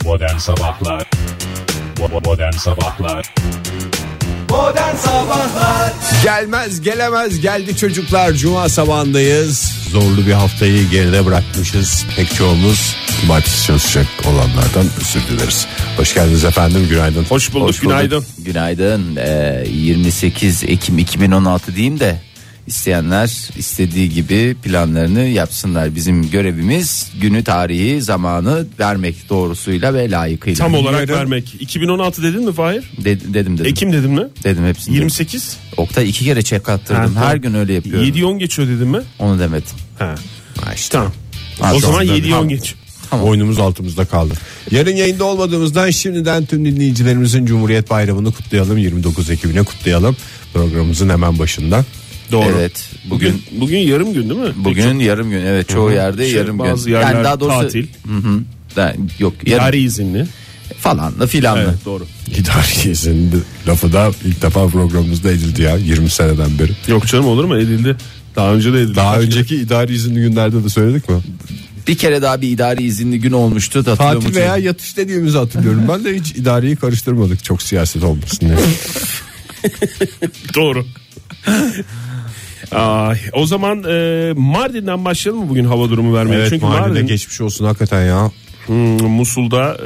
Modern Sabahlar. Modern Sabahlar. Modern Sabahlar. Gelmez gelemez geldi çocuklar, cuma sabahındayız. Zorlu bir haftayı geride bırakmışız. Pek çoğumuz cumartesi çalışacak olanlardan özür dileriz. Hoş geldiniz efendim, günaydın. Hoş bulduk, günaydın. Günaydın. 28 Ekim 2016 diyeyim de isteyenler istediği gibi planlarını yapsınlar. Bizim görevimiz günü, tarihi, zamanı vermek doğrusuyla ve layıkıyla. Tam olarak vermek. 2016 dedin mi Fahir? Dedim. Ekim dedim mi? Dedim hepsini. 28. Oktay 2 kere check attırdım. Ha, her gün öyle yapıyorum. 7-10 geçiyor dedim mi? Onu demedim. Ha. İşte. Tamam. Ha, O zaman tamam. 7-10 geç. Tamam. Oyunumuz altımızda kaldı. Yarın yayında olmadığımızdan şimdiden tüm dinleyicilerimizin Cumhuriyet Bayramı'nı kutlayalım. 29 Ekim'ine kutlayalım. Programımızın hemen başında. Doğru. Evet. Bugün yarım gün değil mi? Bugün yarım gün. Evet, çoğu yerde yarım gün. Bazı yerler daha doğrusu tatil. Yok, yarım İdari izinli. falan da filan da. Evet, doğru. İdari izin lafı da ilk defa programımızda edildi ya 20 seneden beri. Yok canım, olur mu? Edildi. Daha önce de edildi. Daha önceki idari izinli günlerde de söyledik mi? Bir kere daha bir idari izinli gün olmuştu. Tatil veya yatış dediğimizi hatırlıyorum. Ben de hiç idariyi karıştırmadık, çok siyaset olmasın diye. Doğru. O zaman Mardin'den başlayalım mı bugün hava durumu vermeye? Evet, Çünkü Mardin'de Mardin geçmiş olsun hakikaten ya. Musul'da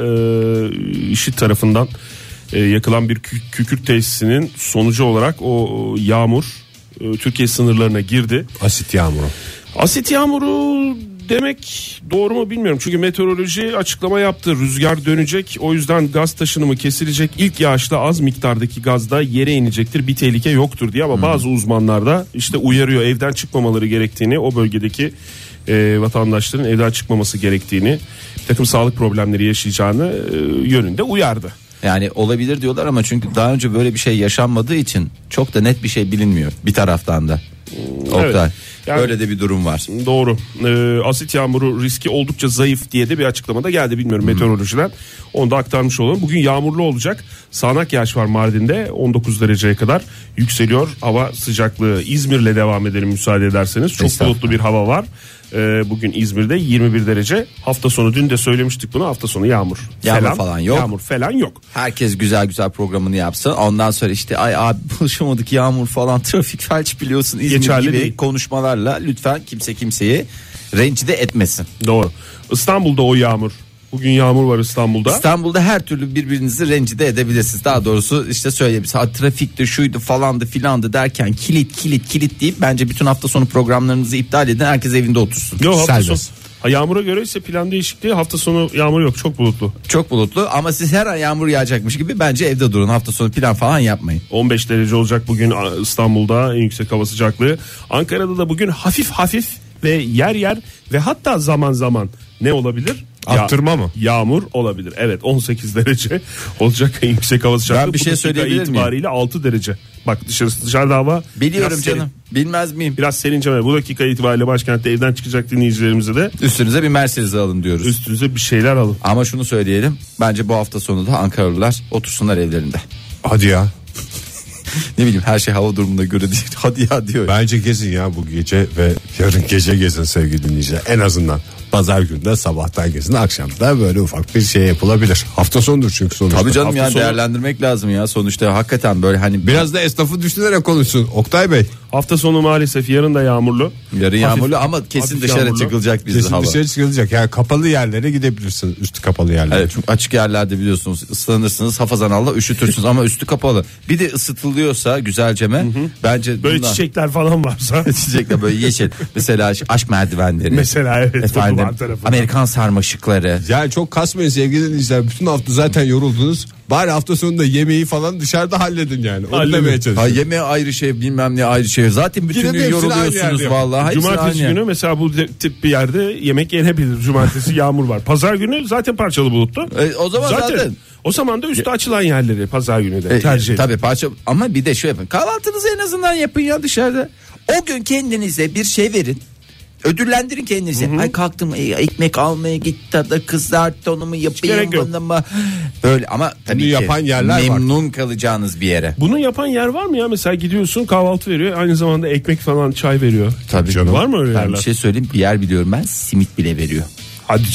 IŞİD tarafından yakılan bir kükürt tesisinin sonucu olarak o yağmur Türkiye sınırlarına girdi. Asit yağmuru. Asit yağmuru demek doğru mu bilmiyorum. Çünkü meteoroloji açıklama yaptı. Rüzgar dönecek. O yüzden gaz taşınımı kesilecek. İlk yağışta az miktardaki gaz da yere inecektir. Bir tehlike yoktur diye, ama bazı uzmanlar da işte uyarıyor, evden çıkmamaları gerektiğini, o bölgedeki vatandaşların evden çıkmaması gerektiğini, bir takım sağlık problemleri yaşayacağını yönünde uyardı. Yani olabilir diyorlar ama çünkü daha önce böyle bir şey yaşanmadığı için çok da net bir şey bilinmiyor bir taraftan da. Oktay. Evet. Yani, öyle de bir durum var. Doğru. Asit yağmuru riski oldukça zayıf diye de bir açıklamada geldi, bilmiyorum meteorolojiden. Onu da aktarmış olalım. Bugün yağmurlu olacak. Sağanak yağış var Mardin'de. 19 dereceye kadar yükseliyor hava sıcaklığı. İzmir'le devam edelim müsaade ederseniz. Çok bulutlu bir hava var. Bugün İzmir'de 21 derece. Hafta sonu, dün de söylemiştik bunu, hafta sonu yağmur falan yok. Yağmur falan yok. Herkes güzel programını yapsın. Ondan sonra işte ay abi buluşamadık, yağmur falan, trafik felç biliyorsun İzmir Geçerli gibi değil. konuşmalarla lütfen kimse kimseyi rencide etmesin. Doğru. İstanbul'da o yağmur. Bugün yağmur var İstanbul'da. İstanbul'da her türlü birbirinizi rencide edebilirsiniz. Daha doğrusu işte söyleyeyim, trafikte şuydu falandı filandı derken kilit deyip bence bütün hafta sonu programlarınızı iptal edin. Herkes evinde otursun. Yok, hafta Serbest. sonu. Yağmura göre ise plan değişikliği, hafta sonu yağmur yok, çok bulutlu. Çok bulutlu ama siz her an yağmur yağacakmış gibi bence evde durun. Hafta sonu plan falan yapmayın. 15 derece olacak bugün İstanbul'da en yüksek hava sıcaklığı. Ankara'da da bugün hafif ve yer ve hatta zaman zaman ne olabilir? Arttırma mı? Yağmur olabilir. Evet, 18 derece olacak en yüksek hava sıcaklığı. Ben bir şey Bu dakika söyleyebilir miyim? itibariyle 6 derece. Bak dışarıda hava. Biliyorum biraz canım. Bilmez miyim? Biraz serince. Bu dakika itibariyle başkentte evden çıkacak dinleyicilerimize de Üstünüze bir Mercedes alın diyoruz. üstünüze bir şeyler alın. Ama şunu söyleyelim. Bence bu hafta sonu da Ankaralılar otursunlar evlerinde. Hadi ya. Ne bileyim, her şey hava durumuna göre değil. Hadi ya diyor. Bence gezin ya bu gece ve yarın gece gezin sevgili dinleyiciler. En azından pazar günde sabahtan gezin, akşamda böyle ufak bir şey yapılabilir. Hafta sonudur çünkü sonuçta. Tabii canım, Hafta yani sonu- değerlendirmek lazım ya. Sonuçta hakikaten böyle hani Biraz da esnafı düşünerek konuşsun Oktay Bey. Hafta sonu maalesef yarın da yağmurlu. yarın yağmurlu ama kesin hafif dışarı yağmurlu. çıkılacak bizde Kesin hava. dışarı çıkılacak. Yani kapalı yerlere gidebilirsiniz. Üstü kapalı yerlere. Evet, çünkü açık yerlerde biliyorsunuz ıslanırsınız, hafazanalla üşütürsünüz ama üstü kapalı. Bir de ısıtılıyorsa güzelceme bence Böyle bundan... çiçekler falan varsa. çiçekler böyle yeşil. Mesela aşk merdivenleri. Mesela evet. Efendim, Duvar tarafında. Amerikan sarmaşıkları. Yani çok kasmayın sevgili dinleyiciler. Bütün hafta zaten yoruldunuz. Bari hafta sonunda yemeği falan dışarıda halledin yani. Onu Halledin. demeye Ha, çalışıyorum. yemeğe ayrı şey, bilmem ne ayrı şey. Zaten bütün Yine de gün hepsini aynı yerde yoruluyorsunuz yapın. vallahi. Hepsini Cumartesi aynı. günü mesela bu tip bir yerde yemek yenebilir. Cumartesi yağmur var. Pazar günü zaten parçalı bulutlu. O zaman zaten. O zaman da üstü açılan yerleri pazar günü de tercih edin. Tabii parça, ama bir de şu yapın. Kahvaltınızı en azından yapın ya dışarıda. O gün kendinize bir şey verin. Ödüllendirin kendinizi. Ay kalktım ekmek almaya gitti da kızarttı onu mu yapayım gerek yok. bunu mu? Böyle ama tabii ki yapan yerler var. memnun kalacağınız bir yere. Bunu yapan yer var mı ya? Mesela gidiyorsun, kahvaltı veriyor, aynı zamanda ekmek falan, çay veriyor. Tabii Var mı öyle Ben yerler? bir şey söyleyeyim, bir yer biliyorum ben, simit bile veriyor. Hadi canım.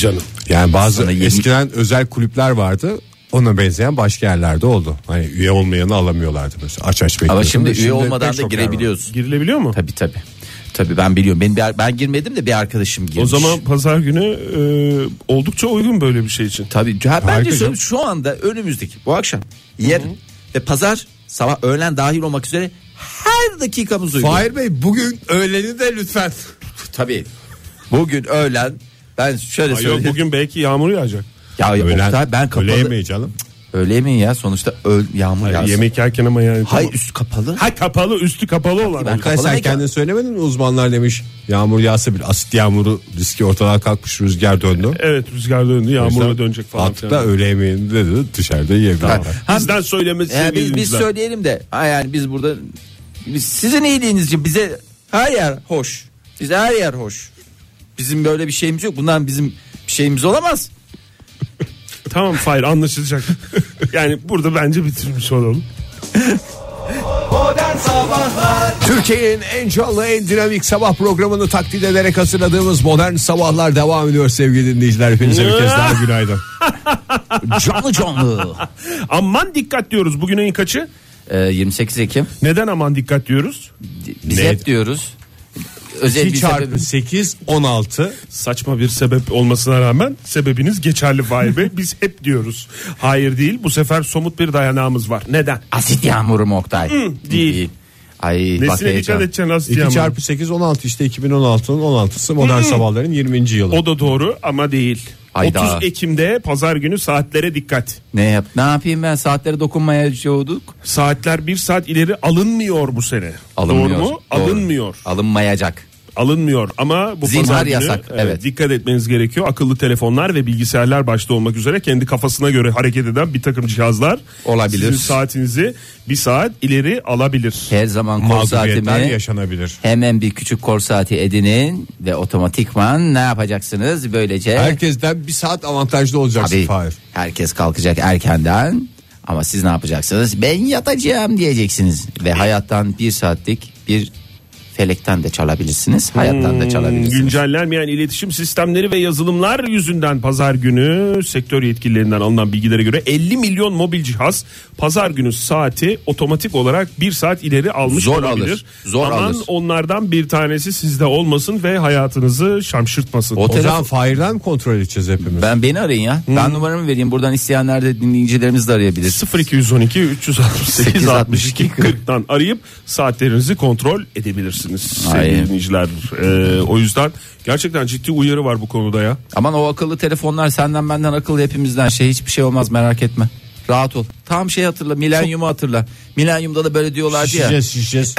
Yani bazı Sana eskiden özel kulüpler vardı. Ona benzeyen başka yerlerde oldu. Hani üye olmayanı alamıyorlardı mesela. Aç bekliyorsun. Ama şimdi üye Şimdi olmadan pek da çok yer var. girebiliyorsun. Girilebiliyor mu? Tabii ben biliyorum. Ben girmedim de bir arkadaşım girmiş. O zaman pazar günü oldukça uygun böyle bir şey için. Tabii Harika bence canım. şu anda önümüzdeki bu akşam, yarın ve pazar sabah öğlen dahil olmak üzere her dakikamız uygun. Fahir Bey bugün öğleni de lütfen. Tabii. Bugün öğlen ben şöyle Yok, söyleyeyim. bugün belki yağmur yağacak. Ya Öğlen, Oktay, ben kapalı. öğle yemeği canım. Öğle yemeği ya sonuçta yağmur yağsın. Yemek yerken ama yani. Hayır üst kapalı. Ha kapalı, üstü kapalı olan. Ben Kay sen kapalı kendin söylemedin mi? Uzmanlar demiş yağmur yağsa bile asit yağmuru riski ortadan kalkmış, rüzgar döndü. Evet, rüzgar döndü, yağmurla dönecek falan. Hatta öğle yemeğini de dışarıda yiyebilirler. Bizden söylemesi Biz söyleyelim de yani biz burada sizin iyiliğiniz için bize her yer hoş. Bize her yer hoş. Bizim böyle bir şeyimiz yok. Bundan bizim bir şeyimiz olamaz. Tamam Fahir, anlaşılacak. Yani burada bence bitirmiş olalım. Modern Sabahlar. Türkiye'nin en canlı, en dinamik sabah programını taklit ederek hazırladığımız Modern Sabahlar devam ediyor sevgili dinleyiciler. Hepinize bir kez daha günaydın. Canlı. Aman dikkat diyoruz. Bugün ayın kaçı? 28 Ekim. Neden aman dikkat diyoruz? Biz Neydi? hep diyoruz. Özel 2 bir çarpı sebebi. 8 16. Saçma bir sebep olmasına rağmen sebebiniz geçerli Fahir Bey. Biz hep diyoruz. Hayır değil, bu sefer somut bir dayanağımız var. Neden? Asit yağmuru mu Oktay? Değil. Ay Nesine bak dikkat heyecan. edeceksin asit 2 yağmuru. çarpı 8 16 işte 2016'nın 16'sı Modern Sabahların 20. yılı. O da doğru ama değil. Hayda. 30 Ekim'de pazar günü saatlere dikkat. Ne yapayım ben, saatlere dokunmaya çalışıyorduk. Saatler bir saat ileri alınmıyor bu sene. Alınmıyor. Doğru mu? Doğru. Alınmıyor. Alınmayacak. Alınmıyor ama bu Zinhar pazar günü yasak, evet. dikkat etmeniz gerekiyor. Akıllı telefonlar ve bilgisayarlar başta olmak üzere kendi kafasına göre hareket eden bir takım cihazlar Olabilir. sizin saatinizi bir saat ileri alabilir. Her zaman kol Mağduriyetler saatimi yaşanabilir. hemen bir küçük kol saati edinin ve otomatikman ne yapacaksınız böylece? Herkesten bir saat avantajlı olacaksın Tabii, Fahir. herkes kalkacak erkenden ama siz ne yapacaksınız? Ben yatacağım diyeceksiniz ve hayattan bir saatlik bir felekten de çalabilirsiniz, hayattan da çalabilirsiniz. Güncellenmeyen iletişim sistemleri ve yazılımlar yüzünden pazar günü sektör yetkililerinden alınan bilgilere göre 50 milyon mobil cihaz pazar günü saati otomatik olarak bir saat ileri almış Zor olabilir. alır, zor Aman alır. onlardan bir tanesi sizde olmasın ve hayatınızı şamşırtmasın. O zaman Fahir'den kontrol edeceğiz hepimiz. Beni arayın ya. Ben numaramı vereyim. Buradan isteyenler de dinleyicilerimiz de arayabilir. 0212 368 62 40'tan arayıp saatlerinizi kontrol edebilirsiniz sevgili Aynen. dinleyiciler. O yüzden gerçekten ciddi uyarı var bu konuda ya. Aman o akıllı telefonlar senden benden akıllı hepimizden hiçbir şey olmaz, merak etme. Rahat ol. Tam hatırla, Milenyum'u hatırla. Milenyum'da da böyle diyorlardı ya. Şişeceğiz.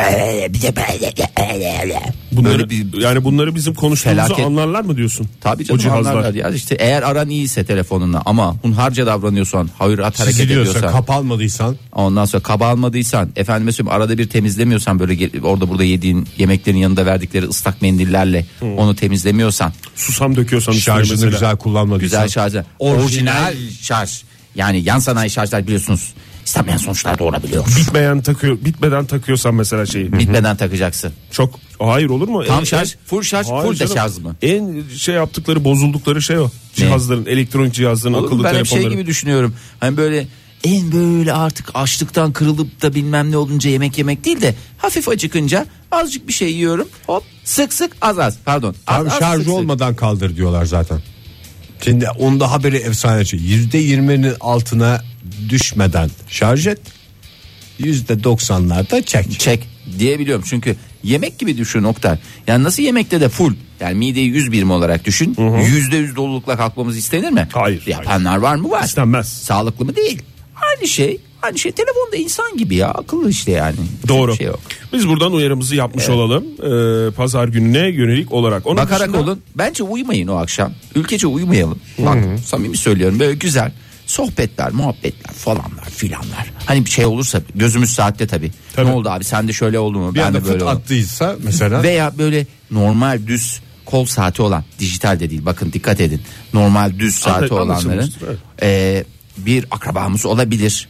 Bunları, Böyle yani bunları bizim konuştuğumuzu Felaket. anlarlar mı diyorsun? Tabii O canım, cihazlar. anlarlar ya. İşte eğer aran iyiyse telefonunla ama hunharca davranıyorsan, hayrat hareket Çiziliyorsa, ediyorsan, kapanmadıysan. ondan sonra kaba almadıysan, efendime söyleyeyim arada bir temizlemiyorsan, böyle orada burada yediğin yemeklerin yanında verdikleri ıslak mendillerle onu temizlemiyorsan, Susam döküyorsan üstüne Şarjını mesela. güzel kullanmadıysan. güzel şarjı, orijinal şarj. Yani yan sanayi şarjlar biliyorsunuz istenmeyen sonuçlar doğurabiliyor. Bitmeden takıyorsan mesela şeyi. Bitmeden takacaksın. Çok hayır olur mu? Tam şarj, full şarj, Hayır full de canım. şarj mı? En yaptıkları, bozuldukları şey o. Cihazların, elektronik cihazların, Olur mu? akıllı Ben hep telefonların. şey gibi düşünüyorum. Hani böyle artık açlıktan kırılıp da bilmem ne olunca yemek değil de hafif acıkınca azıcık bir şey yiyorum. Hop sık az. Pardon. Tam Az, şarjı sık. olmadan kaldır diyorlar zaten. Şimdi onda haberi efsaneci. %20'nin altına düşmeden şarj et. %90'larda çek. Çek diyebiliyorum çünkü yemek gibi düşün Oktay. Yani nasıl yemekte de full, yani mideyi 100 birim olarak düşün. %100 dolulukla kalkmamız istenir mi? Hayır, Yapanlar var mı? Var. İstenmez. Sağlıklı mı? Değil. Aynı şey telefonda insan gibi ya, akıllı işte yani. Doğru. Bir şey yok. Biz buradan uyarımızı yapmış olalım. Pazar gününe yönelik olarak. Onun Bakarak dışında- olun. Bence uyumayın o akşam. Ülkece uyumayalım. Bak samimi söylüyorum, böyle güzel sohbetler, muhabbetler falanlar filanlar. Hani bir şey olursa gözümüz saatte tabii. Tabii. Ne oldu abi, sende şöyle oldu mu? Bir Ben anda de böyle fıt oldu. attıysa mesela. Veya böyle normal düz kol saati olan, dijital de değil, bakın dikkat edin. Normal düz saati olanların anlaşılmıştır, bir akrabamız olabilir.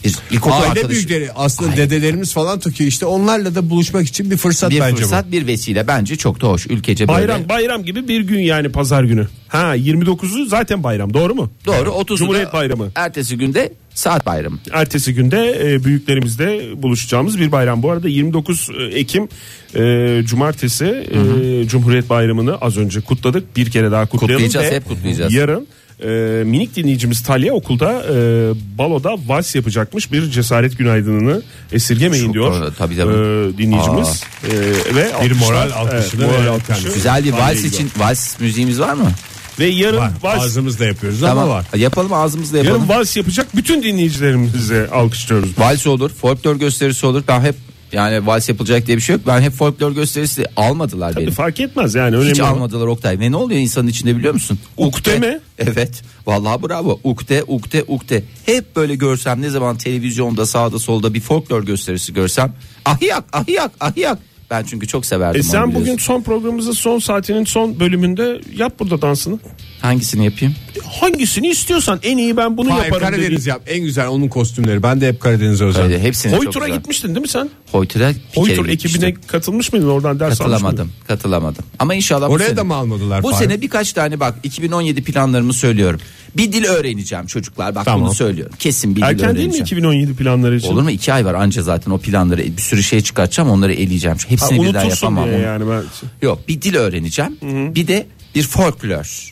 İlkokul Aile arkadaşı. büyükleri aslında Aynen. dedelerimiz falan takıyor işte, onlarla da buluşmak için bir fırsat Bir bence fırsat, bir vesile, bence çok da hoş. Ülkece böyle. Bayram gibi bir gün yani, pazar günü. 29'u zaten bayram, doğru mu? Doğru, 30'u Cumhuriyet da Bayramı. ertesi günde saat bayramı. Ertesi günde büyüklerimizle buluşacağımız bir bayram. Bu arada 29 Ekim Cumartesi Cumhuriyet Bayramı'nı az önce kutladık. Bir kere daha kutlayalım. Kutlayacağız, ve hep kutlayacağız. Yarın minik dinleyicimiz Talya okulda baloda vals yapacakmış. Bir cesaret günaydınını esirgemeyin Çok diyor. doğru, tabii. Dinleyicimiz. Ve Bir moral alkışlar, alkışı da moral verelim alkışı. kendisine. Güzel bir Talya'ya vals gidiyor. için vals müziğimiz var mı? Ve yarın Var. vals, Ağzımızda yapıyoruz Tamam. ama var. Yapalım, ağzımızla yapalım. yarın vals yapacak bütün dinleyicilerimize alkışlıyoruz. Vals olur, folklor gösterisi olur. Ben hep, yani vals yapılacak diye bir şey yok. Ben hep folklor gösterisi almadılar beni. Fark etmez yani, önemli Hiç olan- almadılar Oktay. Ve ne oluyor insanın içinde biliyor musun? Ukde mi? Evet. Vallahi bravo. Ukde. Hep böyle görsem, ne zaman televizyonda sağda solda bir folklor gösterisi görsem, ahiyak. Ben çünkü çok severdim onu, Sen biliyorsun. bugün son programımızın son saatinin son bölümünde yap burada dansını. Hangisini yapayım? Hangisini istiyorsan, en iyi ben bunu Hayır, yaparım Karadeniz dedi. yap. En güzel onun kostümleri. Ben de hep Karadeniz'e özel. Öyle, hepsini çok Hoytur'a güzel. gitmiştin değil mi sen? Hoytur'a bir kere Hoytur gitmiştim. ekibine katılmış mıydın, oradan ders almış mıydın? Katılamadım. Ama inşallah bu Oraya sene. da mı almadılar? Bu Fahir? sene birkaç tane, bak 2017 planlarımı söylüyorum. Bir dil öğreneceğim çocuklar, bak Tamam. bunu söylüyorum. Kesin bir dil Erken değil mi öğreneceğim. 2017 planları için? Olur mu? 2 ay var anca zaten o planları, bir sürü şey çıkartacağım, onları eleyeceğim. Hepsini birden Unutursun yapamam. diye yani ben. Yok, bir dil öğreneceğim. Bir de bir folklor.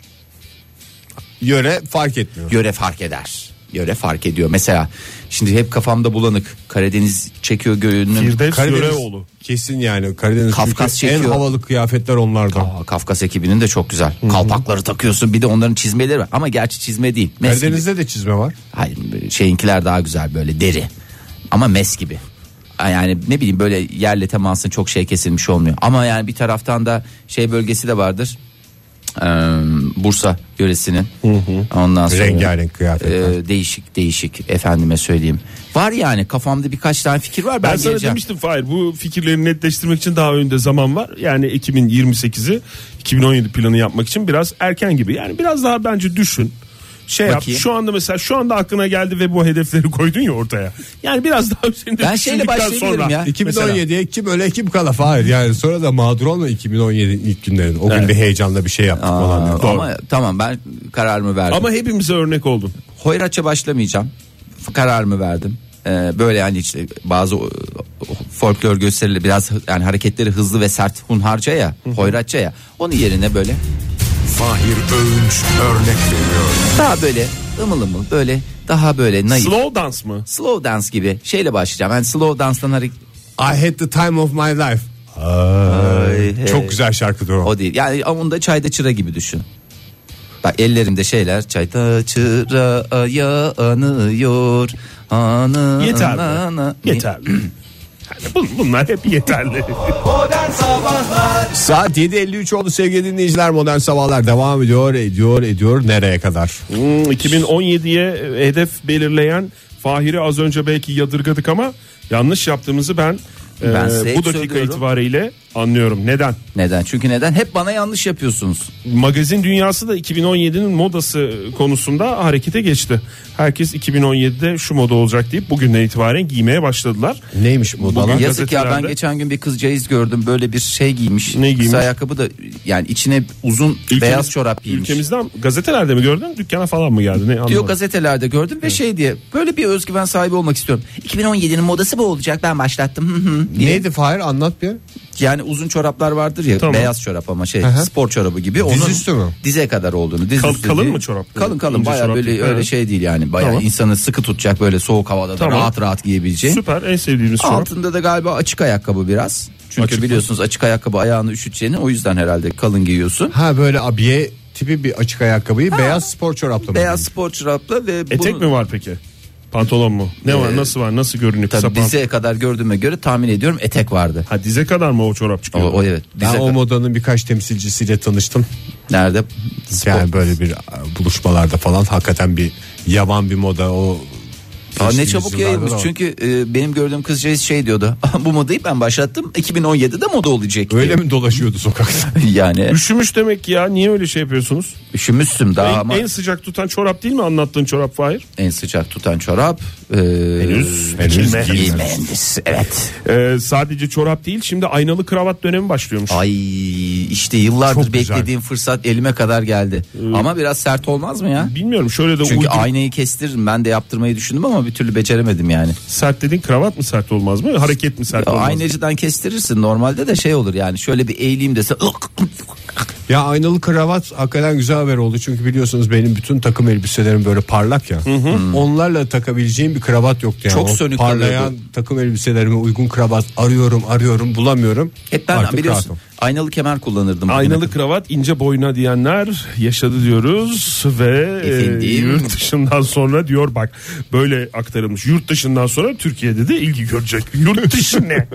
Yöre fark etmiyor. Yöre fark eder. Yöre fark ediyor. Mesela şimdi hep kafamda bulanık. Karadeniz çekiyor gönlüm. Firdevs Karadeniz Göreoğlu. kesin yani Karadeniz Kafkas çünkü en çekiyor. havalı kıyafetler onlardan. Kafkas ekibinin de çok güzel. Kalpakları takıyorsun, bir de onların çizmeleri var. Ama gerçi çizme değil. Mes gibi. Karadeniz'de de çizme var. Hayır, şeyinkiler daha güzel, böyle deri. Ama mes gibi. Yani ne bileyim, böyle yerle temasın çok şey kesilmiş olmuyor. Ama yani bir taraftan da şey bölgesi de vardır. Bursa yöresinin. Ondan sonra Rengarenk kıyafetler. değişik efendime söyleyeyim. Var yani, kafamda birkaç tane fikir var. Ben Ben sana geleceğim. demiştim Fahir, bu fikirleri netleştirmek için daha önde zaman var. Yani 2028'i 2017 planı yapmak için biraz erken gibi. Yani biraz daha bence düşün. Bakayım. Yap. Şu anda mesela, şu anda aklına geldi ve bu hedefleri koydun ya ortaya. Yani biraz daha üzerinde Ben şeyle düşündükten başlayabilirim sonra. ya. 2017'ye kim öle kim kala Fahir. Yani sonra da mağdur olma 2017 ilk günlerin. O gün bir heyecanla bir şey yaptık falan. diyor. Ama tamam, ben kararımı verdim. Ama hepimize örnek oldun. Hoyratça başlamayacağım. Kararımı verdim. Böyle yani işte bazı folklor gösterileri biraz yani hareketleri hızlı ve sert, hunharca ya, hoyratça ya. Onun yerine böyle Fahir Öğünç örnek veriyor. daha böyle ımıl böyle, daha böyle naif. Slow dance mı? Slow dance gibi şeyle başlayacağım. Yani slow dance'dan hareket. I had the time of my life. Çok güzel şarkıdır o. O değil. Yani onda çayda çıra gibi düşün. Bak ellerimde şeyler, çayda çıra yanıyor. Yeterli. Yeterli. Yani bunlar hep yeterli. Modern Sabahlar Saat 7.53 oldu sevgili dinleyiciler. Modern Sabahlar devam ediyor. Nereye kadar? 2017'ye hedef belirleyen Fahir'i az önce belki yadırgadık ama yanlış yaptığımızı ben size bu hep dakika söylüyorum. itibariyle anlıyorum. Neden? Neden? Çünkü neden? Hep bana yanlış yapıyorsunuz. Magazin dünyası da 2017'nin modası konusunda harekete geçti. Herkes 2017'de şu moda olacak deyip bugünden itibaren giymeye başladılar. Neymiş bu Bugün dalan? Yazık ya, ben gazetelerde- geçen gün bir kızcağız gördüm, böyle bir şey giymiş. Ne giymiş? Kısa ayakkabı da, yani içine uzun beyaz çorap giymiş. Ülkemizden gazetelerde mi gördün? Dükkana falan mı geldi? Ne anlamadım. Diyor, gazetelerde gördüm ve şey diye, böyle bir özgüven sahibi olmak istiyorum. 2017'nin modası bu olacak, ben başlattım diye. Neydi Fahir, anlat bir. Yani uzun çoraplar vardır ya, Tamam. beyaz çorap ama şey, Hı. spor çorabı gibi. Dizüstü mü? Dize kadar olduğunu. Diz üstü kalın değil. mı çorap? Kalın İnce bayağı çorap böyle değil. öyle Evet. şey değil yani. Bayağı Tamam. insanı sıkı tutacak, böyle soğuk havada da Tamam. rahat giyebileceğin. Süper, en sevdiğimiz çorap. Altında da galiba açık ayakkabı biraz. Çünkü Açık. biliyorsunuz açık ayakkabı ayağını üşüteceğini, o yüzden herhalde kalın giyiyorsun. Ha, böyle abiye tipi bir açık ayakkabıyı beyaz spor çorapla mı? Beyaz spor çorapla ve Etek mi var peki? Pantolon mu? Ne var? Nasıl var? Nasıl görünüyor? Kısa Tabii pantolon. dizeye kadar gördüğüme göre tahmin ediyorum etek vardı. Ha, dize kadar mı o çorap çıkıyor? O evet. Ben Dize o modanın birkaç temsilcisiyle tanıştım. nerede? Yani böyle bir buluşmalarda falan hakikaten bir yavan bir moda o. Ne Geçtiğimiz çabuk yıllarda yayılmış da var. çünkü benim gördüğüm kızcağız şey diyordu. Bu modayı ben başlattım 2017'de moda olacak. Öyle mi dolaşıyordu sokakta? Yani Üşümüş demek ya, niye öyle şey yapıyorsunuz? üşümüşsüm daha ama En sıcak tutan çorap değil mi anlattığın çorap Fahir? en sıcak tutan çorap Henüz mühendis. Evet. Sadece çorap değil, şimdi aynalı kravat dönemi başlıyormuş. Ay işte yıllardır Çok güzel. beklediğim fırsat elime kadar geldi. Ama biraz sert olmaz mı ya? Bilmiyorum, şöyle de Çünkü uydur- aynayı kestiririm. Ben de yaptırmayı düşündüm ama bir türlü beceremedim yani. Sert dediğin kravat mı sert olmaz mı? Hareket mi sert olmaz mı? Aynacıdan kestirirsin. Normalde de şey olur yani. Şöyle bir eğileyim dese. Ya aynalı kravat hakikaten güzel haber oldu. Çünkü biliyorsunuz benim bütün takım elbiselerim böyle parlak ya. Onlarla takabileceğim bir kravat yoktu yani. Çok O sönük parlayan kalıyordu. takım elbiselerime uygun kravat arıyorum bulamıyorum. Hep ben Artık biliyorsun rahatım. aynalı kemer kullanırdım. bugüne Aynalı kadar. kravat ince boyuna diyenler yaşadı diyoruz ve Efendim? yurt dışından sonra diyor, bak böyle aktarılmış, yurt dışından sonra Türkiye'de de ilgi görecek. Yurt dışı ne?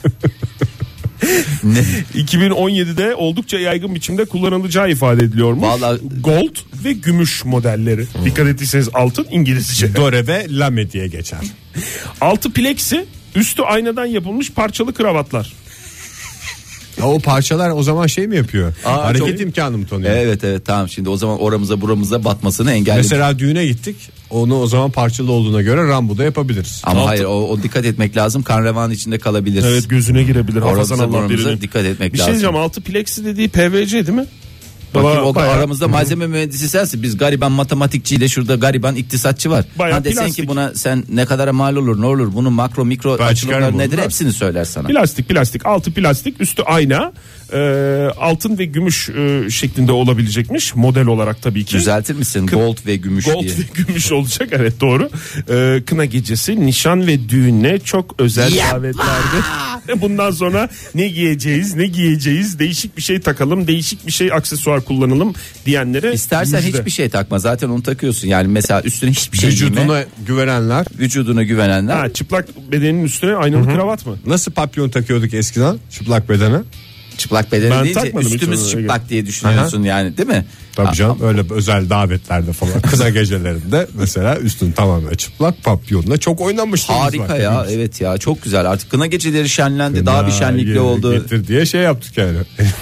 Ne? 2017'de oldukça yaygın biçimde kullanılacağı ifade ediliyormuş. Vallahi- Gold ve gümüş modelleri. Dikkat ettiyseniz altın İngilizce. Dore ve lame diye geçer. Altı plexi, üstü aynadan yapılmış parçalı kravatlar. Ya o parçalar o zaman şey mi yapıyor? Aa, Hareket çok- imkanı mı tanıyor? Evet tamam şimdi o zaman oramıza buramıza batmasını engelledik. Mesela düğüne gittik. Onu o zaman parçalı olduğuna göre Rambo'da yapabiliriz. Ama hayır o dikkat etmek lazım. Kan revan içinde kalabilir. Evet, gözüne girebilir. Oramıza Hafazan Allah buramıza birini. dikkat etmek Bir şey lazım. diyeceğim, altı plexi dediği PVC değil mi? Bakayım o Bayağı- aramızda malzeme mühendisi sensin. Biz gariban matematikçiyle şurada gariban iktisatçı var. Bayağı Ha desen plastik. ki buna sen ne kadara mal olur ne olur bunun makro mikro Ben açılımları çıkarım nedir bunu da. hepsini söyler sana. Plastik, altı plastik, üstü ayna, altın ve gümüş şeklinde olabilecekmiş model olarak tabii ki. Düzeltir misin? Gold ve gümüş Gold diye. ve gümüş olacak, evet doğru. Kına gecesi, nişan ve düğüne çok özel davetlerde. Bundan sonra ne giyeceğiz, değişik bir şey takalım, değişik bir şey aksesuar kullanalım diyenlere İstersen müjde. hiçbir şey takma zaten onu takıyorsun. Yani mesela üstüne hiçbir şey giyme. Vücuduna güvenenler Vücuduna güvenenler. Ha, çıplak bedenin üstüne aynalı kravat mı? nasıl papyon takıyorduk eskiden çıplak bedene? Çıplak bedeni Ben deyince takmadım hiç üstümüz onu. çıplak diye düşünüyorsun yani değil mi? Tabii canım öyle özel davetlerde falan kına gecelerinde mesela üstün tamamen çıplak papyonla çok oynamıştınız. Harika ya evet ya çok güzel artık kına geceleri şenlendi daha bir şenlikli oldu. Getir diye şey yaptık yani.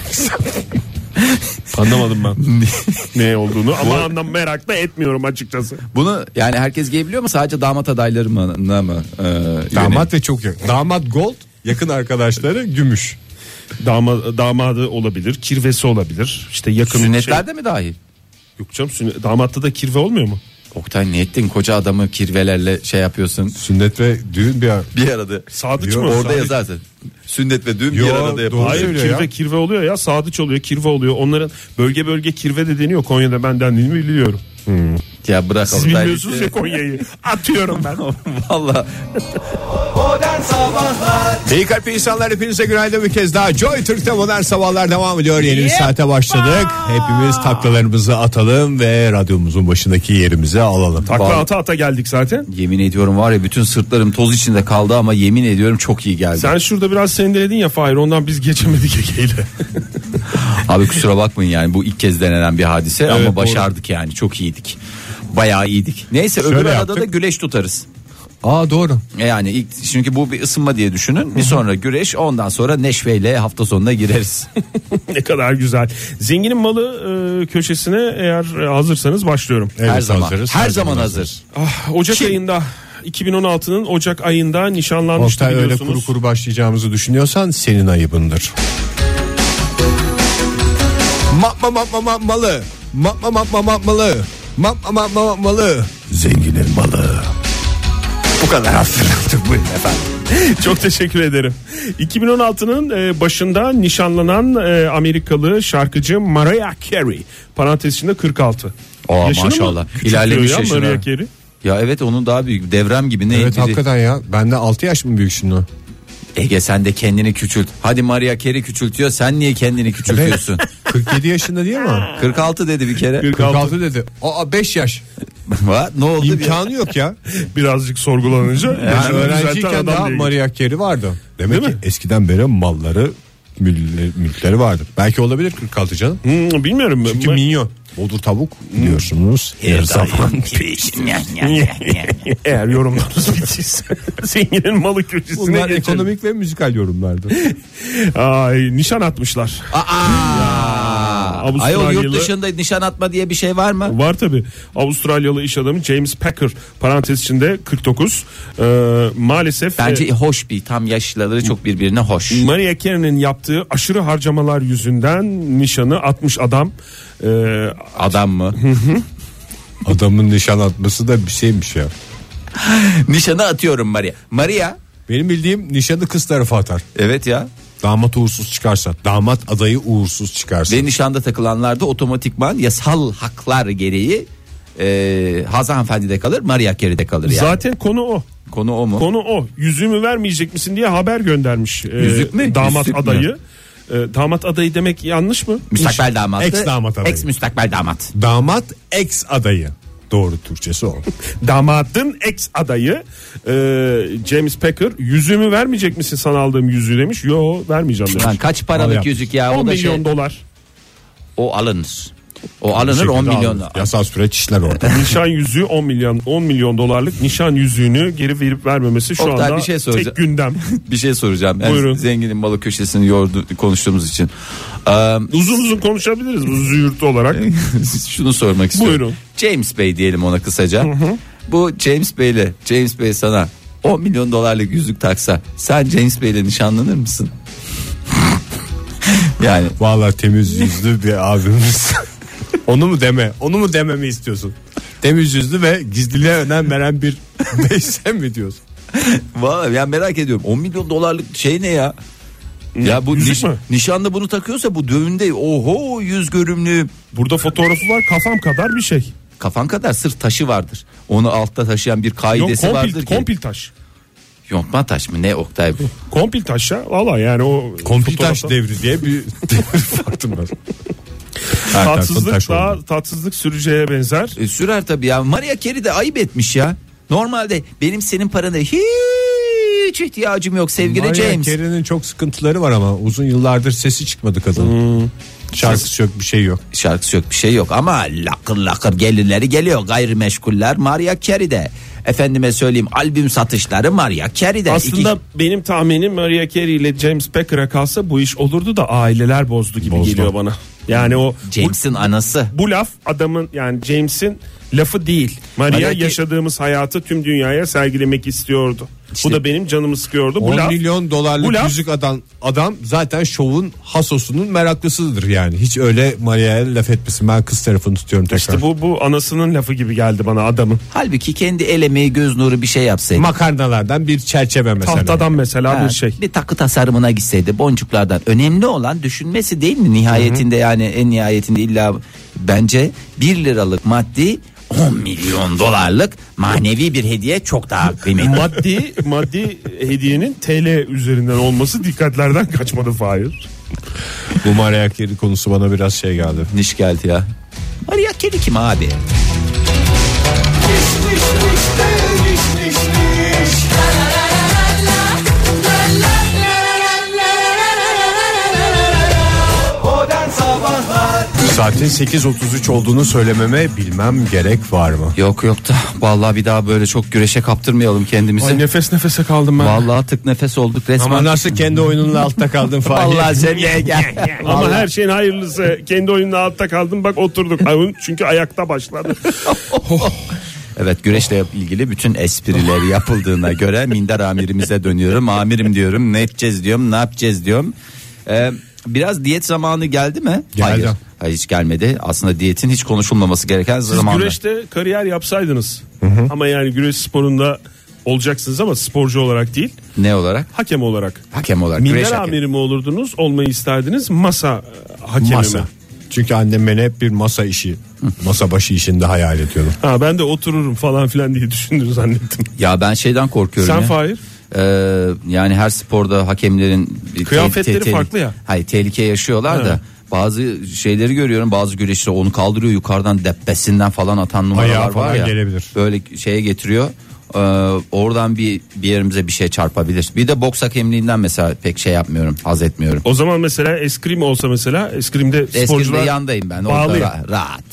Anlamadım ben ne olduğunu ama merak da etmiyorum açıkçası. Bunu yani herkes giyebiliyor mu sadece damat adayları mı? Damat ve çok yakın. Damat gold, yakın arkadaşları gümüş. Damadı olabilir, kirvesi olabilir. İşte yakın Sünnetlerde mi dahil? Yok canım, damatta da kirve olmuyor mu? Oktay ne ettin koca adamı kirvelerle şey yapıyorsun. Sünnet ve düğün Bir arada. Sadıç Yok, mı? Orada Sadıç. yazarsın. Sünnet ve düğün bir Yo, arada doğru. yapılıyor. Hayır, söylüyor kirve oluyor ya, sadıç oluyor, kirve oluyor. Onların bölge bölge kirve de deniyor. Konya'da ben dendiğini biliyorum. Ya bırak Siz Oktay. bilmiyorsunuz ya Konya'yı. Atıyorum ben. Valla. Modern Sabahlar İyi kalp insanlar hepinize günaydın bir kez daha. Joy Türk'te modern sabahlar devam ediyor. Yeni bir saate başladık. Hepimiz taklalarımızı atalım ve radyomuzun başındaki yerimizi alalım. Takla ata ata geldik zaten. Yemin ediyorum var ya bütün sırtlarım toz içinde kaldı ama yemin ediyorum çok iyi geldi. Sen şurada biraz sendeledin ya Fahir, ondan biz geçemedik Ege'yle. Abi kusura bakmayın yani bu ilk kez denenen bir hadise Evet, ama doğru. başardık yani çok iyiydik. Bayağı iyiydik. Neyse Şöyle öbür arada yaptık. da güleş tutarız. Aa doğru. Yani ilk çünkü bu bir ısınma diye düşünün. Bir sonra güreş ondan sonra neşveyle hafta sonuna gireriz. Ne kadar güzel. Zenginin malı köşesine eğer hazırsanız başlıyorum. her Evet, zaman. hazırız, Her zaman hazır. Ocak ayında 2016'nın Ocak ayında nişanlanmıştı Oktay öyle biliyorsunuz. kuru başlayacağımızı düşünüyorsan senin ayıbındır. Malı. Malı. Zenginin malı. Bu kadar hatırlattık buyurun efendim. Çok teşekkür ederim. 2016'nın başında nişanlanan Amerikalı şarkıcı Mariah Carey. Parantez içinde 46. Aa, Yaşını maşallah. mı küçültüyor İlerlemiş ya yaşına. Mariah Carey. Ya evet onun daha büyük devrem gibi ne Evet biri. hakikaten ya. Benden 6 yaş mı büyük şimdi? Ege sen de kendini küçült. Hadi Mariah Carey küçültüyor sen niye kendini küçültüyorsun? 47 yaşında değil mi? 46 dedi bir kere. 46 dedi. Aa 5 yaş. Ne oldu? İmkanı yok ya. Birazcık sorgulanınca. Yani yaşını düzelten öğrenciyken adam daha diye. Mariah Carey vardı. Demek Değil ki mi? eskiden beri malları mülkleri vardır. Belki olabilir 46 canım. Bilmiyorum. Çünkü minyon. Bodur tavuk diyorsunuz. Her zaman peşin. Eğer yorumlarınız bittiyse zenginin malı köşesine Bunlar geçelim. ekonomik ve müzikal yorumlardı. Ay, nişan atmışlar. Ayol yurt dışında nişan atma diye bir şey var mı? Var tabi. Avustralyalı iş adamı James Packer, parantez içinde 49, maalesef Bence hoş bir, tam yaşları çok birbirine hoş. Mariah Carey'nin yaptığı aşırı harcamalar yüzünden nişanı atmış adam. Adam mı? Adamın nişan atması da bir şeymiş ya. Nişanı atıyorum Maria. Maria. Benim bildiğim nişanı kız tarafı atar. Evet ya. Damat uğursuz çıkarsa, damat adayı uğursuz çıkarsa. Ve nişanda takılanlar da otomatikman yasal haklar gereği Hazan hanımefendide kalır, Mariah Carey'de kalır yani. Zaten konu o. Konu o mu? Konu o. Yüzüğümü vermeyecek misin diye haber göndermiş. Yüzük mü? Damat Yüzük mü? adayı. Damat adayı demek yanlış mı? Müstakbel damat. Ex damat adayı. Ex müstakbel damat. Damat ex adayı. Doğru Türkçesi o. Damadın ex adayı James Packer, yüzüğümü vermeyecek misin sana aldığım yüzüğü demiş. Yo, vermeyeceğim demiş. Lan kaç Al paralık yap. yüzük ya? 10 O da milyon dolar. O alınır. O alınır 10 milyon. Yasal süreç işler orada. Nişan yüzüğü 10 milyon dolarlık nişan yüzüğünü geri verip vermemesi şu Oktay, anda bir şey soracağım. tek gündem. Bir şey soracağım. Ben Buyurun. zenginin malı köşesini konuştuğumuz için. Uzun konuşabiliriz bu züğürt olarak. Şunu sormak istiyorum. Buyurun. James Bey diyelim ona kısaca. Bu James Bey sana 10 milyon dolarlık yüzük taksa sen James Bey'le nişanlanır mısın? Yani Vallahi temiz yüzlü bir abimiz. Onu mu dememi istiyorsun? Temiz yüzlü ve gizliliğe önem veren bir bey sen mi diyorsun? vallahi ya merak ediyorum 10 milyon dolarlık şey ne ya? Ya bu Yüzük mü? nişanda bunu takıyorsa bu düğünde oho yüz görümlü. Burada fotoğrafı var, kafam kadar bir şey. Kafan kadar sırt taşı vardır. Onu altta taşıyan bir Yok, kaidesi vardır ki. kompil taş. Yontma taş mı ne Oktay bu? Kompil taş ya. Valla yani o Kompil taş fotoğrafta- devri diye bir farkım var. Her tarafın Tatsızlık taş daha oldu. tatsızlık süreceğe benzer. Sürer tabii ya. Mariah Carey de ayıp etmiş ya. Normalde benim senin parana hiç ihtiyacım yok sevgili Mariah James. Carey'nin çok sıkıntıları var ama uzun yıllardır sesi çıkmadı kadının. Şarkısı yok, bir şey yok. Şarkısı yok bir şey yok ama lakır lakır gelirleri geliyor. Gayrimeşguller Mariah Carey'de. Efendime söyleyeyim albüm satışları Mariah Carey'de. Aslında benim tahminim Mariah Carey ile James Packer'a kalsa bu iş olurdu da aileler bozdu gibi Bozdu. geliyor bana. Yani o James'in anası. bu laf adamın, yani James'in lafı değil. Mariah Maria Carey- yaşadığımız hayatı tüm dünyaya sergilemek istiyordu. İşte- Bu da benim canımı sıkıyordu. Bu 10 laf, milyon dolarlık bu laf- yüzük adam zaten şovun hasosunun meraklısıdır yani. Hiç öyle Mariah'ya laf etmesin, ben kız tarafını tutuyorum tekrar. İşte bu anasının lafı gibi geldi bana adamın. Halbuki kendi el emeği göz nuru bir şey yapsaydı. Makarnalardan bir çerçeve mesela. Tahtadan mesela Ha, bir şey. Bir takı tasarımına gitseydi boncuklardan. Önemli olan düşünmesi değil mi nihayetinde? Yani en nihayetinde illa bence 1 liralık maddi 10 milyon dolarlık manevi bir hediye çok daha kıymetli. maddi hediyenin TL üzerinden olması dikkatlerden kaçmadı Fahir. Bu Mariah Carey konusu bana biraz şey geldi. Niş geldi ya. Mariah Carey kim abi? Modern Sabahlar Saatin 8.33 olduğunu söylememe bilmem gerek var mı? Yok da vallahi bir daha böyle çok güreşe kaptırmayalım kendimizi. Ay, nefes nefese kaldım ben. Vallahi tık nefes olduk resmen. Ama nasıl kendi oyununla altta kaldın Fahir? Vallahi sevgiye gel. Ama her şeyin hayırlısı. Kendi oyunun altta kaldım, bak oturduk. Çünkü ayakta başladı. Evet, güreşle ilgili bütün espriler yapıldığına göre minder amirimize dönüyorum. Amirim diyorum, ne edeceğiz diyorum, ne yapacağız diyorum. Biraz diyet zamanı geldi mi? Geldi. Hayır, hiç gelmedi. Aslında diyetin hiç konuşulmaması gereken Siz zamanı. güreşte kariyer yapsaydınız. Ama yani güreş sporunda olacaksınız ama sporcu olarak değil, Ne olarak? hakem olarak. Hakem olarak. Güreş Minder hakemi. amiri mi olurdunuz, olmayı isterdiniz, masa hakemi Masa. mi? Çünkü annem beni hep bir masa işi, masa başı işinde hayal ediyordu. Ha, ben de otururum falan filan diye düşündüm zannettim. Ya ben şeyden korkuyorum Sen ya. Fahir? Yani her sporda hakemlerin Kıyafetleri farklı ya. Hayır, tehlike yaşıyorlar da bazı şeyleri görüyorum, bazı güreşçiler onu kaldırıyor yukarıdan, deppesinden falan atan numaralar Ayağı var falan ya. gelebilir. Böyle şeye getiriyor. Oradan bir yerimize bir şey çarpabilir. Bir de boks hakemliğinden mesela pek şey yapmıyorum, haz etmiyorum. O zaman mesela eskrim olsa mesela eskrimde sporcular Eskrimde yandayım ben. bağlı Orada ya. rahat.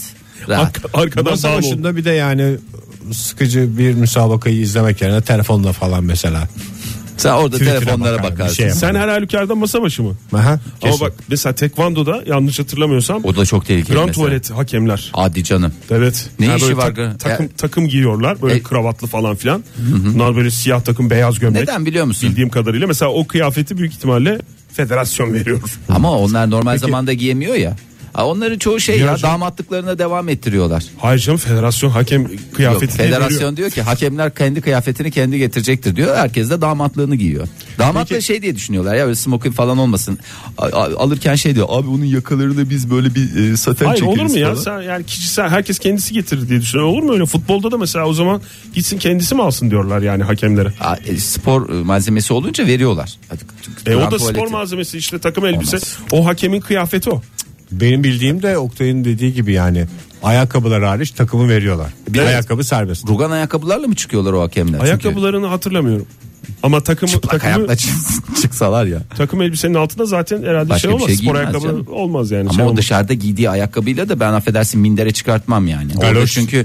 Arkadan Masa bağlı oldu. başında bir de yani sıkıcı bir müsabakayı izlemek yerine telefonla falan mesela. Sen orada Twitter'a telefonlara bakar, bir bakarsın. şey Sen her halükarda masa başı mı? Aha, Ama kesin. bak mesela tekvandoda yanlış hatırlamıyorsam O da çok tehlikeli grand mesela. tuvalet hakemler. Hadi canım. Evet. Ne işi böyle var? takım giyiyorlar böyle kravatlı falan filan. Bunlar böyle siyah takım beyaz gömlek. Neden biliyor musun? Bildiğim kadarıyla mesela o kıyafeti büyük ihtimalle federasyon veriyor. Ama onlar normal zamanda giyemiyor ya. Onların çoğu şey ya damatlıklarına devam ettiriyorlar. Hayır canım federasyon hakem Yok, kıyafeti federasyon diyor ki hakemler kendi kıyafetini kendi getirecektir diyor. Herkes de damatlığını giyiyor. Damat da şey diye düşünüyorlar ya böyle smoking falan olmasın. Alırken şey diyor abi bunun yakalarını biz böyle bir saten Hayır çekeriz olur mu ya? falan. Sen yani kişisel herkes kendisi getirir diye düşünüyor. Olur mu öyle? Futbolda da mesela o zaman gitsin kendisi mi alsın diyorlar yani hakemlere. Spor malzemesi olunca veriyorlar. O Grand da tuvaleti. spor malzemesi işte takım elbise. Olmaz. O hakemin kıyafeti o. Benim bildiğim de Oktay'ın dediği gibi yani ayakkabılar hariç takımı veriyorlar. Evet. Ayakkabı serbest. Rugan ayakkabılarla mı çıkıyorlar o hakemler? Çünkü Ayakkabılarını hatırlamıyorum. Ama çıplak ayakla çıksalar ya. takım elbisenin altında zaten herhalde Başka şey bir olmaz. şey Spor giymez ayakkabı canım. olmaz yani. Ama şey o olmaz. dışarıda giydiği ayakkabıyla da ben affedersin mindere çıkartmam yani. Orada Galoş. çünkü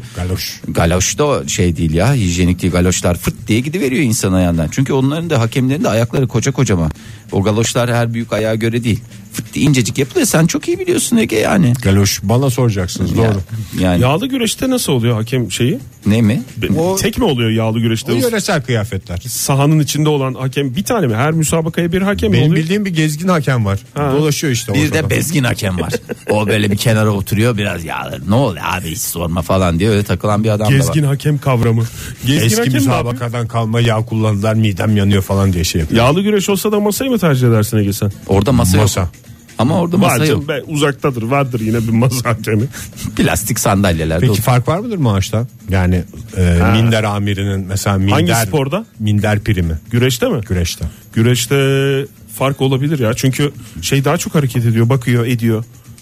galoş da o şey değil ya, hijyenik değil, galoşlar fırt diye gidiveriyor insan ayağından. Çünkü onların da hakemlerin de ayakları koca kocaman. O galoşlar her büyük ayağa göre değil. Fırt diye incecik yapılıyor. Sen çok iyi biliyorsun Ege yani. Galoş bana soracaksınız doğru. Yani Yağlı güreşte nasıl oluyor hakem şeyi? ne mi? O- Tek mi oluyor yağlı güreşte? O yöresel kıyafetler. Sahanın içinde olan hakem bir tane mi? Her müsabakaya bir hakem mi Benim oluyor? bildiğim bir gezgin hakem var. Dolaşıyor işte Bir ortada. de bezgin hakem var. O böyle bir kenara oturuyor biraz ya ne oluyor abi hiç sorma falan diye öyle takılan bir adam Gezgin da var. hakem kavramı. Gezgin Eski hakem ne yapıyor? müsabakadan kalma yağ kullandılar midem yanıyor falan diye şey yapıyor. Yağlı güreş olsa da masayı mı tercih edersin Ege sen? Orada masa Masa. yok. Ama orada masa Var yok. canım, uzaktadır vardır yine bir masa hakemi. Plastik sandalyeler. Peki fark var mıdır maaşta? Yani minder amirinin mesela minder, Hangi sporda? Minder primi Güreşte mi? güreşte. Güreşte fark olabilir ya. Çünkü şey daha çok hareket ediyor, bakıyor, ediyor.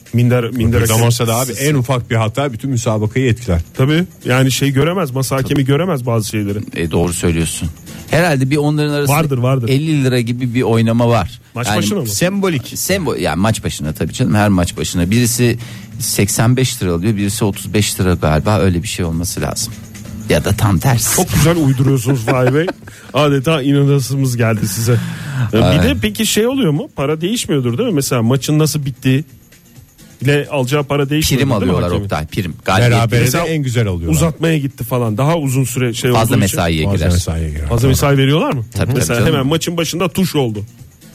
Minder Damasada abi en ufak bir hata bütün müsabakayı etkiler. Tabii yani şey göremez, masa hakemi göremez bazı şeyleri. Doğru söylüyorsun. Herhalde bir onların arasında Vardır. 50 lira gibi bir oynama var. Maç başına mı? Sembolik. Yani maç başına tabii canım, her maç başına. Birisi 85 lira alıyor, birisi 35 lira galiba, öyle bir şey olması lazım. Ya da tam tersi. Çok güzel uyduruyorsunuz Fahir Bey. Adeta inanasımız geldi size. Bir de peki şey oluyor mu? Para değişmiyordur değil mi? Mesela maçın nasıl bittiği ile alacağı para değişmiyor. Prim alıyorlar hakemin? Oktay, prim. Galibiyet Berabere primi. de Mesela en güzel oluyorlar. Uzatmaya gitti falan. Daha uzun süre şey Fazla olduğu mesaiye için. girer. Fazla mesaiye girer. Fazla mesai veriyorlar mı? Tabii, Mesela tabii canım. hemen maçın başında tuş oldu.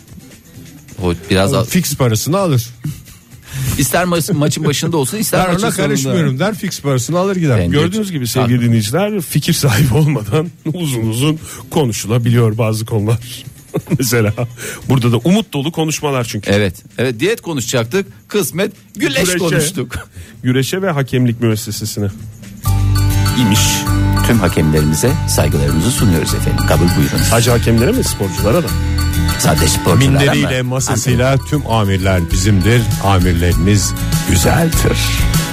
O biraz Fix parasını alır. ister maçın başında olsun, ister Ben maçın ona sonunda. karışmıyorum der, fix parasını alır gider. Ben- Gördüğünüz gibi sevgili Haklı. dinleyiciler, fikir sahibi olmadan uzun konuşulabiliyor bazı konular. Mesela burada da umut dolu konuşmalar çünkü. Evet. Evet, diyet konuşacaktık. Kısmet güleş konuştuk. Güreşe ve hakemlik müessesesine. İmiş. Tüm hakemlerimize saygılarımızı sunuyoruz efendim. Kabul buyurunuz. Sadece hakemlere mi, sporculara da? Sadece sporculara Minderiyle mı? masasıyla tüm amirler bizimdir. Amirlerimiz güzeldir.